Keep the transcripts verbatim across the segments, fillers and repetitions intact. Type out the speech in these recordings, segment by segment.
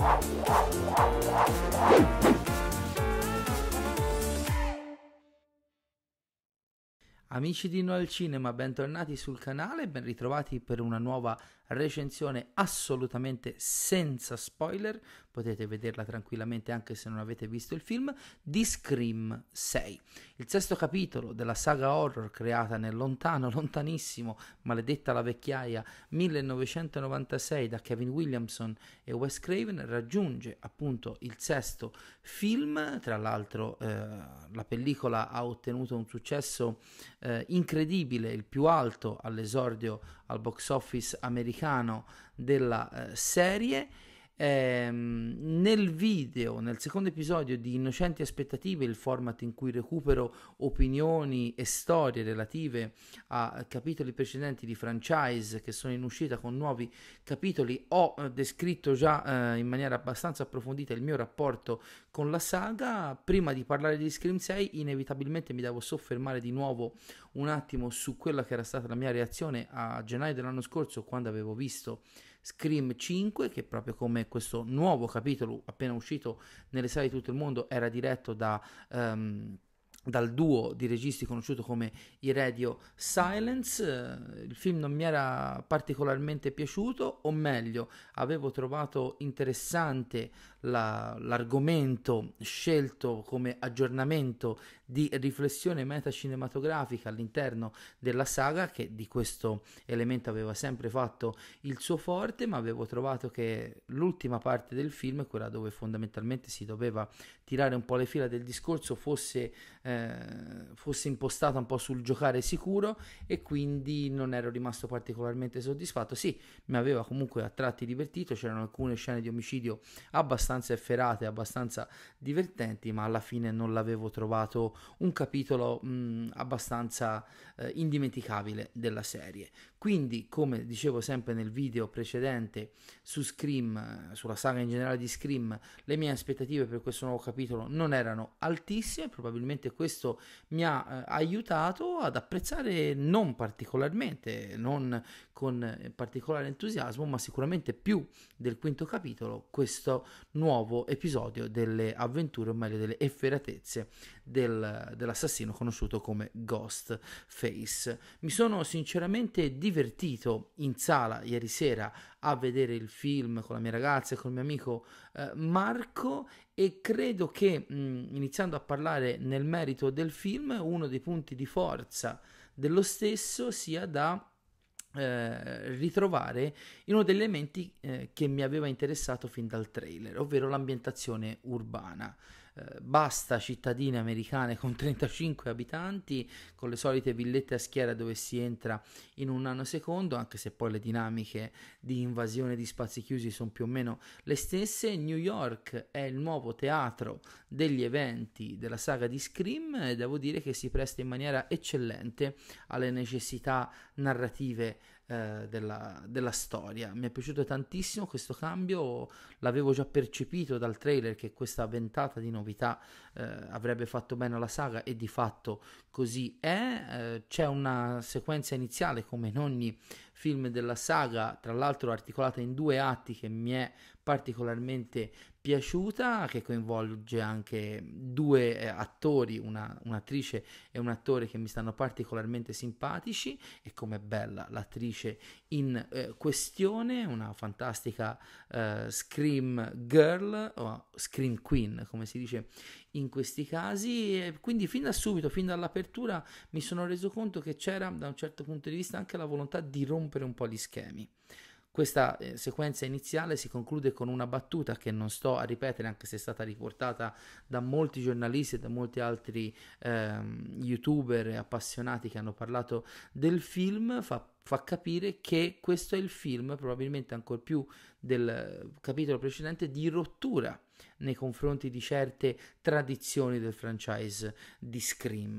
Amici di Noi al Cinema, bentornati sul canale, ben ritrovati per una nuova recensione assolutamente senza spoiler, potete vederla tranquillamente anche se non avete visto il film, di Scream sei, il sesto capitolo della saga horror creata nel lontano, lontanissimo, maledetta la vecchiaia, millenovecentonovantasei da Kevin Williamson e Wes Craven, raggiunge appunto il sesto film. Tra l'altro eh, la pellicola ha ottenuto un successo eh, incredibile, il più alto all'esordio al box office americano della eh, serie. Ehm, nel video, nel secondo episodio di Innocenti Aspettative, il format in cui recupero opinioni e storie relative a capitoli precedenti di franchise che sono in uscita con nuovi capitoli, ho eh, descritto già eh, in maniera abbastanza approfondita il mio rapporto con la saga. Prima di parlare di Scream sei inevitabilmente mi devo soffermare di nuovo un attimo su quella che era stata la mia reazione a gennaio dell'anno scorso, quando avevo visto Scream cinque, che proprio come questo nuovo capitolo appena uscito nelle sale di tutto il mondo era diretto da um, dal duo di registi conosciuto come i Radio Silence. Il film non mi era particolarmente piaciuto, o meglio, avevo trovato interessante la, l'argomento scelto come aggiornamento di riflessione metacinematografica all'interno della saga, che di questo elemento aveva sempre fatto il suo forte, ma avevo trovato che l'ultima parte del film, quella dove fondamentalmente si doveva tirare un po' le fila del discorso, fosse eh, fosse impostata un po' sul giocare sicuro, e quindi non ero rimasto particolarmente soddisfatto. Sì, mi aveva comunque a tratti divertito, c'erano alcune scene di omicidio abbastanza efferate, abbastanza divertenti, ma alla fine non l'avevo trovato un capitolo mh, abbastanza eh, indimenticabile della serie. Quindi, come dicevo sempre nel video precedente su Scream, sulla saga in generale di Scream, le mie aspettative per questo nuovo capitolo non erano altissime. Probabilmente questo mi ha eh, aiutato ad apprezzare non particolarmente, non con eh, particolare entusiasmo, ma sicuramente più del quinto capitolo, questo nuovo episodio delle avventure, o meglio delle efferatezze del, dell'assassino conosciuto come Ghostface. Mi sono sinceramente divertito in sala ieri sera a vedere il film con la mia ragazza e con il mio amico eh, Marco, e credo che mh, iniziando a parlare nel merito del film, uno dei punti di forza dello stesso sia da Eh, ritrovare in uno degli elementi eh, che mi aveva interessato fin dal trailer, ovvero l'ambientazione urbana. Eh, basta cittadine americane con trentacinque abitanti, con le solite villette a schiera dove si entra in un nanosecondo, anche se poi le dinamiche di invasione di spazi chiusi sono più o meno le stesse. New York è il nuovo teatro degli eventi della saga di Scream, e devo dire che si presta in maniera eccellente alle necessità narrative eh, della, della storia. Mi è piaciuto tantissimo questo cambio, l'avevo già percepito dal trailer che questa ventata di novità eh, avrebbe fatto bene alla saga, e di fatto così è. Eh, c'è una sequenza iniziale, come in ogni film della saga, tra l'altro articolata in due atti, che mi è particolarmente piaciuta, che coinvolge anche due eh, attori, una, un'attrice e un attore che mi stanno particolarmente simpatici, e com'è bella l'attrice in eh, questione, una fantastica eh, Scream Girl o Scream Queen come si dice in questi casi. E quindi fin da subito, fin dall'apertura, mi sono reso conto che c'era da un certo punto di vista anche la volontà di rompere un po' gli schemi. Questa eh, sequenza iniziale si conclude con una battuta che non sto a ripetere, anche se è stata riportata da molti giornalisti e da molti altri ehm, youtuber e appassionati che hanno parlato del film. Fa, fa capire che questo è il film, probabilmente ancor più del capitolo precedente, di rottura nei confronti di certe tradizioni del franchise di Scream.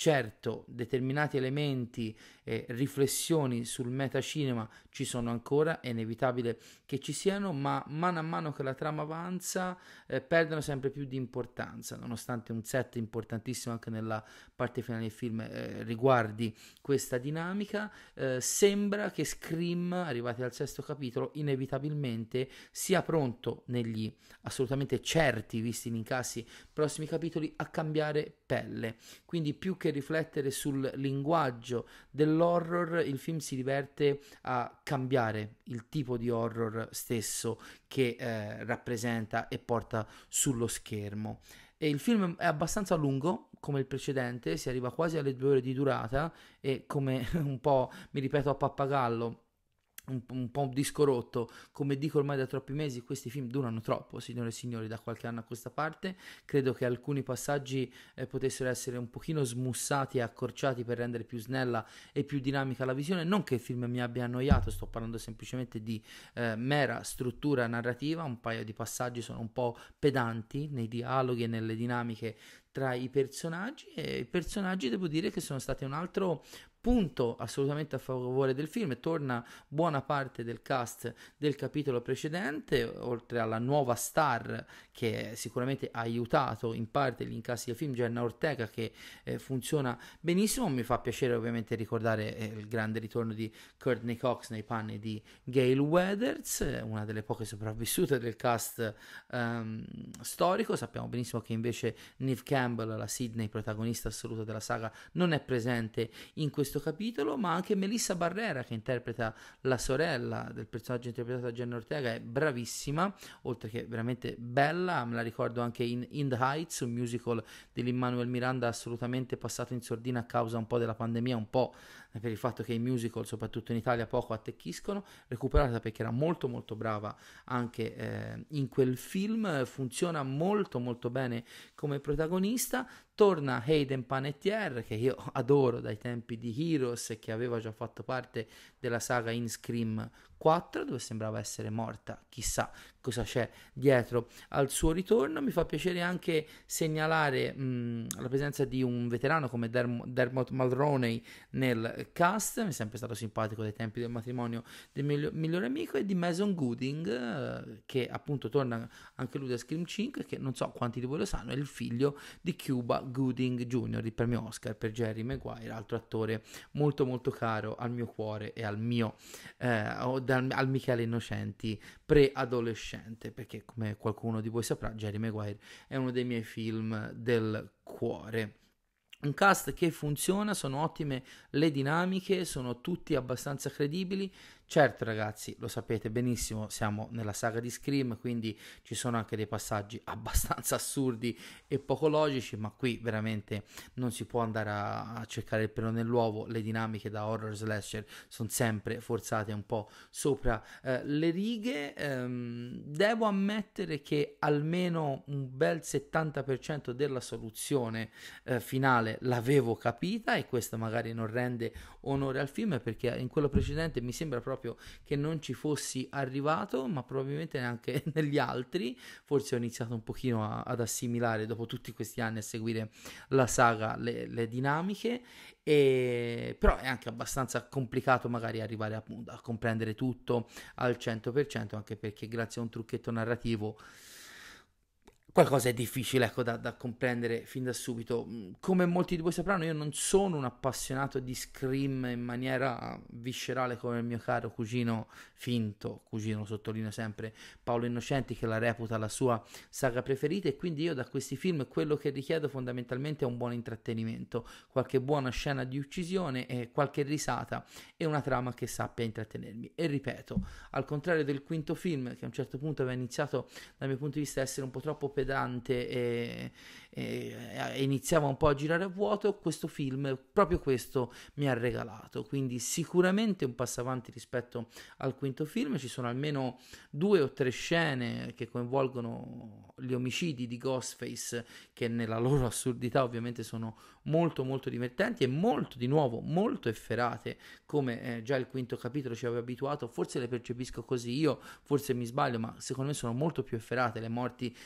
Certo, determinati elementi e riflessioni sul metacinema ci sono ancora, è inevitabile che ci siano, ma mano a mano che la trama avanza eh, perdono sempre più di importanza, nonostante un set importantissimo anche nella parte finale del film eh, riguardi questa dinamica. Eh, sembra che Scream, arrivati al sesto capitolo, inevitabilmente sia pronto negli assolutamente certi, visti gli incassi prossimi capitoli, a cambiare pelle. Quindi più che riflettere sul linguaggio dell'horror, il film si diverte a cambiare il tipo di horror stesso che eh, rappresenta e porta sullo schermo. E il film è abbastanza lungo, come il precedente, si arriva quasi alle due ore di durata e, come un po' mi ripeto a pappagallo, un, un po' un disco rotto, come dico ormai da troppi mesi, questi film durano troppo, signore e signori, da qualche anno a questa parte. Credo che alcuni passaggi eh, potessero essere un pochino smussati e accorciati per rendere più snella e più dinamica la visione. Non che il film mi abbia annoiato, sto parlando semplicemente di eh, mera struttura narrativa. Un paio di passaggi sono un po' pedanti nei dialoghi e nelle dinamiche tra i personaggi, e i personaggi devo dire che sono stati un altro punto assolutamente a favore del film. Torna buona parte del cast del capitolo precedente, oltre alla nuova star che sicuramente ha aiutato in parte gli incassi del film, Jenna Ortega, che eh, funziona benissimo. Mi fa piacere ovviamente ricordare eh, il grande ritorno di Courtney Cox nei panni di Gail Weathers, una delle poche sopravvissute del cast um, storico. Sappiamo benissimo che invece Neve Campbell, la Sydney, protagonista assoluta della saga, non è presente in questo capitolo, ma anche Melissa Barrera, che interpreta la sorella del personaggio interpretato da Jenna Ortega, è bravissima, oltre che veramente bella. Me la ricordo anche in In the Heights, un musical di Lin-Manuel Miranda assolutamente passato in sordina a causa un po' della pandemia, un po' per il fatto che i musical, soprattutto in Italia, poco attecchiscono. Recuperata perché era molto molto brava anche eh, in quel film, funziona molto molto bene come protagonista. Torna Hayden Panettiere, che io adoro dai tempi di Heroes e che aveva già fatto parte della saga in Scream quattro, dove sembrava essere morta. Chissà cosa c'è dietro al suo ritorno. Mi fa piacere anche segnalare mh, la presenza di un veterano come Derm- Dermot Mulroney nel cast. Mi è sempre stato simpatico dai tempi del matrimonio del mio migliore amico, e di Mason Gooding, eh, che appunto torna anche lui da Scream cinque, che non so quanti di voi lo sanno, è il figlio di Cuba Gooding Junior, il premio Oscar per Jerry Maguire, altro attore molto molto caro al mio cuore e al mio eh, o dal, al Michele Innocenti preadolescente, perché come qualcuno di voi saprà, Jerry Maguire è uno dei miei film del cuore. Un cast che funziona, sono ottime le dinamiche, sono tutti abbastanza credibili. Certo ragazzi, lo sapete benissimo, siamo nella saga di Scream, quindi ci sono anche dei passaggi abbastanza assurdi e poco logici, ma qui veramente non si può andare a, a cercare il pelo nell'uovo. Le dinamiche da horror slasher sono sempre forzate un po' sopra eh, le righe. Ehm, devo ammettere che almeno un bel settanta per cento della soluzione eh, finale l'avevo capita, e questo magari non rende onore al film, perché in quello precedente mi sembra proprio che non ci fossi arrivato, ma probabilmente neanche negli altri. Forse ho iniziato un pochino a, ad assimilare dopo tutti questi anni a seguire la saga le, le dinamiche, e però è anche abbastanza complicato magari arrivare a, a comprendere tutto al cento per cento, anche perché grazie a un trucchetto narrativo qualcosa è difficile, ecco, da, da comprendere fin da subito. Come molti di voi sapranno, io non sono un appassionato di Scream in maniera viscerale come il mio caro cugino finto, cugino sottolineo sempre, Paolo Innocenti, che la reputa la sua saga preferita, e quindi io da questi film quello che richiedo fondamentalmente è un buon intrattenimento, qualche buona scena di uccisione e qualche risata e una trama che sappia intrattenermi. E ripeto, al contrario del quinto film, che a un certo punto aveva iniziato dal mio punto di vista a essere un po' troppo pedante e, e, e iniziava un po' a girare a vuoto, questo film proprio questo mi ha regalato, quindi sicuramente un passo avanti rispetto al quinto film. Ci sono almeno due o tre scene che coinvolgono gli omicidi di Ghostface, che nella loro assurdità ovviamente sono molto molto divertenti e molto, di nuovo, molto efferate, come eh, già il quinto capitolo ci aveva abituato. Forse le percepisco così io, forse mi sbaglio, ma secondo me sono molto più efferate le morti di questi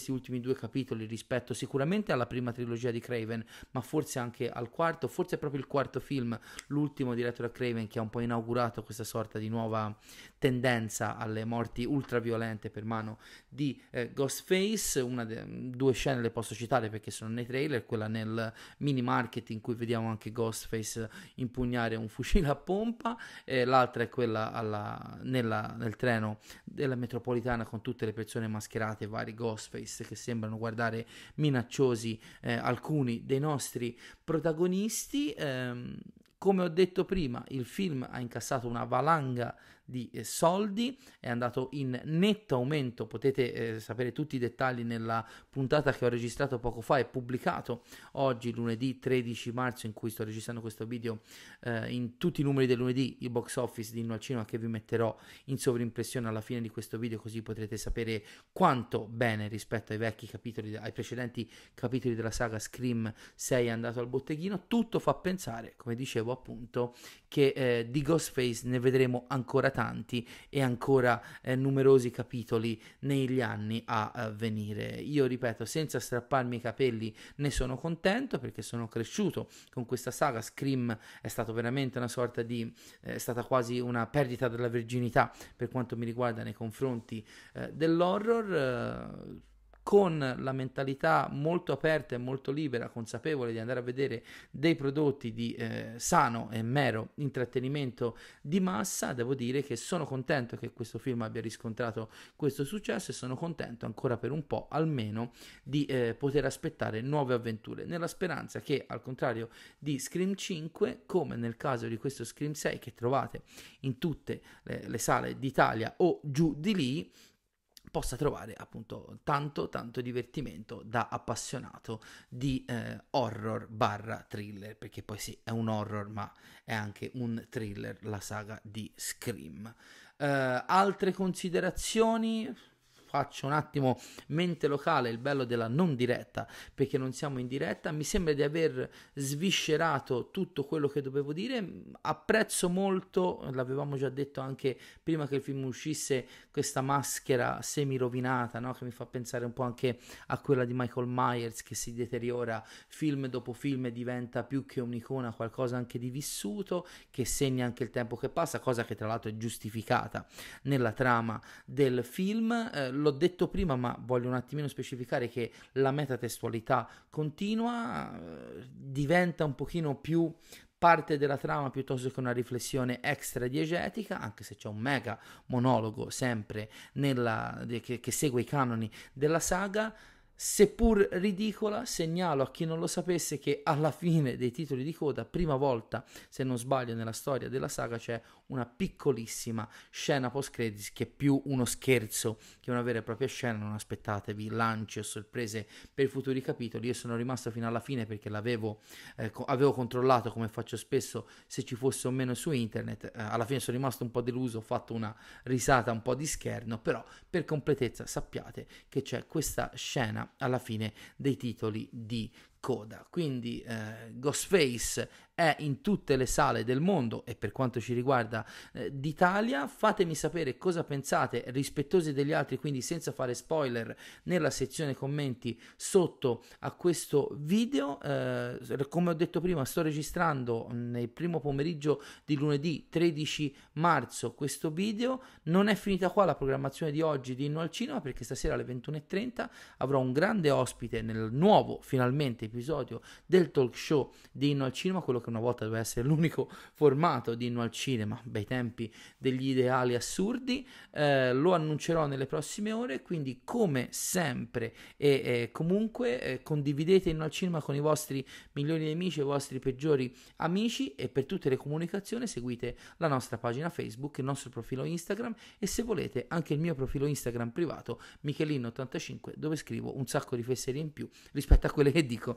questi ultimi due capitoli rispetto sicuramente alla prima trilogia di Craven, ma forse anche al quarto, forse proprio il quarto film, l'ultimo diretto da Craven, che ha un po' inaugurato questa sorta di nuova tendenza alle morti ultraviolente per mano di eh, Ghostface. Una de- due scene le posso citare perché sono nei trailer, quella nel mini market in cui vediamo anche Ghostface impugnare un fucile a pompa, e l'altra è quella alla, nella, nel treno della metropolitana con tutte le persone mascherate, vari Ghostface che sembrano guardare minacciosi eh, alcuni dei nostri protagonisti. Ehm, come ho detto prima, il film ha incassato una valanga di eh, soldi, è andato in netto aumento, potete eh, sapere tutti i dettagli nella puntata che ho registrato poco fa e pubblicato oggi lunedì tredici marzo, in cui sto registrando questo video, eh, in tutti i numeri del lunedì il box office di Inno al Cinema, che vi metterò in sovrimpressione alla fine di questo video, così potrete sapere quanto bene rispetto ai vecchi capitoli, ai precedenti capitoli della saga Scream sei è andato al botteghino. Tutto fa pensare, come dicevo appunto, che eh, di Ghostface ne vedremo ancora tanti e ancora eh, numerosi capitoli negli anni a, a venire. Io ripeto, senza strapparmi i capelli, ne sono contento perché sono cresciuto con questa saga. Scream è stato veramente una sorta di eh, è stata quasi una perdita della virginità per quanto mi riguarda nei confronti eh, dell'horror, eh, con la mentalità molto aperta e molto libera, consapevole di andare a vedere dei prodotti di eh, sano e mero intrattenimento di massa. Devo dire che sono contento che questo film abbia riscontrato questo successo e sono contento ancora per un po' almeno di eh, poter aspettare nuove avventure, nella speranza che, al contrario di Scream cinque, come nel caso di questo Scream sei che trovate in tutte le, le sale d'Italia o giù di lì, possa trovare appunto tanto tanto divertimento da appassionato di eh, horror barra thriller, perché poi sì, è un horror ma è anche un thriller la saga di Scream. Uh, altre considerazioni? Faccio un attimo mente locale, il bello della non diretta, perché non siamo in diretta. Mi sembra di aver sviscerato tutto quello che dovevo dire. Apprezzo molto, l'avevamo già detto anche prima che il film uscisse, questa maschera semi rovinata, no? Che mi fa pensare un po' anche a quella di Michael Myers, che si deteriora film dopo film e diventa più che un'icona, qualcosa anche di vissuto, che segna anche il tempo che passa, cosa che tra l'altro è giustificata nella trama del film. Eh, l'ho detto prima, ma voglio un attimino specificare che la metatestualità continua, eh, diventa un pochino più parte della trama piuttosto che una riflessione extra diegetica, anche se c'è un mega monologo sempre nella, che, che segue i canoni della saga. Seppur ridicola, segnalo a chi non lo sapesse che alla fine dei titoli di coda, prima volta se non sbaglio nella storia della saga, c'è una piccolissima scena post credits che è più uno scherzo che una vera e propria scena. Non aspettatevi lanci o sorprese per i futuri capitoli. Io sono rimasto fino alla fine perché l'avevo eh, co- avevo controllato, come faccio spesso, se ci fosse o meno su internet. Eh, alla fine sono rimasto un po' deluso, ho fatto una risata un po' di scherno, però per completezza sappiate che c'è questa scena alla fine dei titoli di coda. Quindi eh, Ghostface è in tutte le sale del mondo e per quanto ci riguarda eh, d'Italia. Fatemi sapere cosa pensate, rispettosi degli altri, quindi senza fare spoiler, nella sezione commenti sotto a questo video. Eh, come ho detto prima, sto registrando nel primo pomeriggio di lunedì tredici marzo questo video. Non è finita qua la programmazione di oggi di Inno al Cinema, perché stasera alle ventuno e trenta avrò un grande ospite nel nuovo, finalmente, episodio del talk show di Inno al Cinema, quello che una volta doveva essere l'unico formato di Inno al Cinema, bei tempi degli ideali assurdi. Eh, lo annuncerò nelle prossime ore, quindi come sempre e eh, comunque eh, condividete Inno al Cinema con i vostri migliori nemici e i vostri peggiori amici, e per tutte le comunicazioni seguite la nostra pagina Facebook, il nostro profilo Instagram e, se volete, anche il mio profilo Instagram privato Michelin ottantacinque, dove scrivo un sacco di fesserie in più rispetto a quelle che dico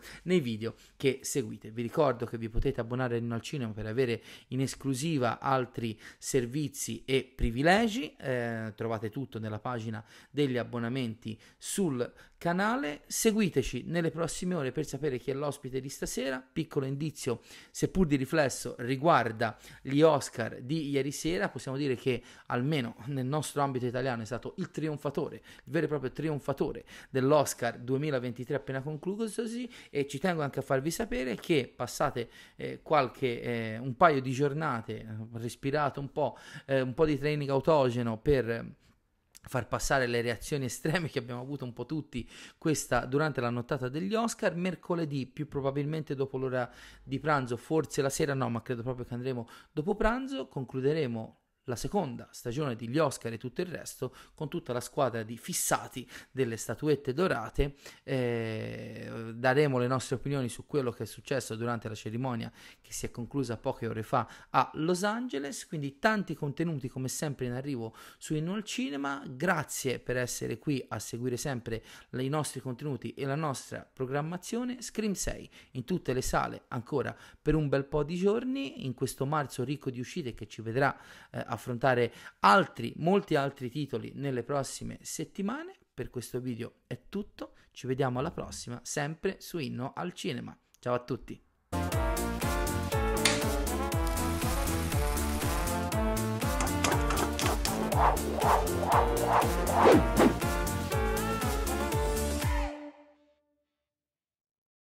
visto nei video che seguite. Vi ricordo che vi potete abbonare a Inno al Cinema per avere in esclusiva altri servizi e privilegi, eh, trovate tutto nella pagina degli abbonamenti sul canale. Seguiteci nelle prossime ore per sapere chi è l'ospite di stasera. Piccolo indizio, seppur di riflesso, riguarda gli Oscar di ieri sera. Possiamo dire che almeno nel nostro ambito italiano è stato il trionfatore, il vero e proprio trionfatore dell'Oscar duemilaventitré appena conclusosi, e ci tengo anche a farvi sapere che passate eh, qualche eh, un paio di giornate, respirato un po', eh, un po' di training autogeno per far passare le reazioni estreme che abbiamo avuto un po' tutti questa durante la nottata degli Oscar. Mercoledì, più probabilmente dopo l'ora di pranzo, forse la sera no, ma credo proprio che andremo dopo pranzo, concluderemo la seconda stagione degli Oscar e tutto il resto con tutta la squadra di fissati delle statuette dorate. Eh, daremo le nostre opinioni su quello che è successo durante la cerimonia che si è conclusa poche ore fa a Los Angeles, quindi tanti contenuti come sempre in arrivo su Inno al Cinema. Grazie per essere qui a seguire sempre i nostri contenuti e la nostra programmazione. Scream sei in tutte le sale ancora per un bel po' di giorni in questo marzo ricco di uscite che ci vedrà eh, affrontare altri, molti altri titoli nelle prossime settimane. Per questo video è tutto, ci vediamo alla prossima, sempre su Inno al Cinema. Ciao a tutti. Wow.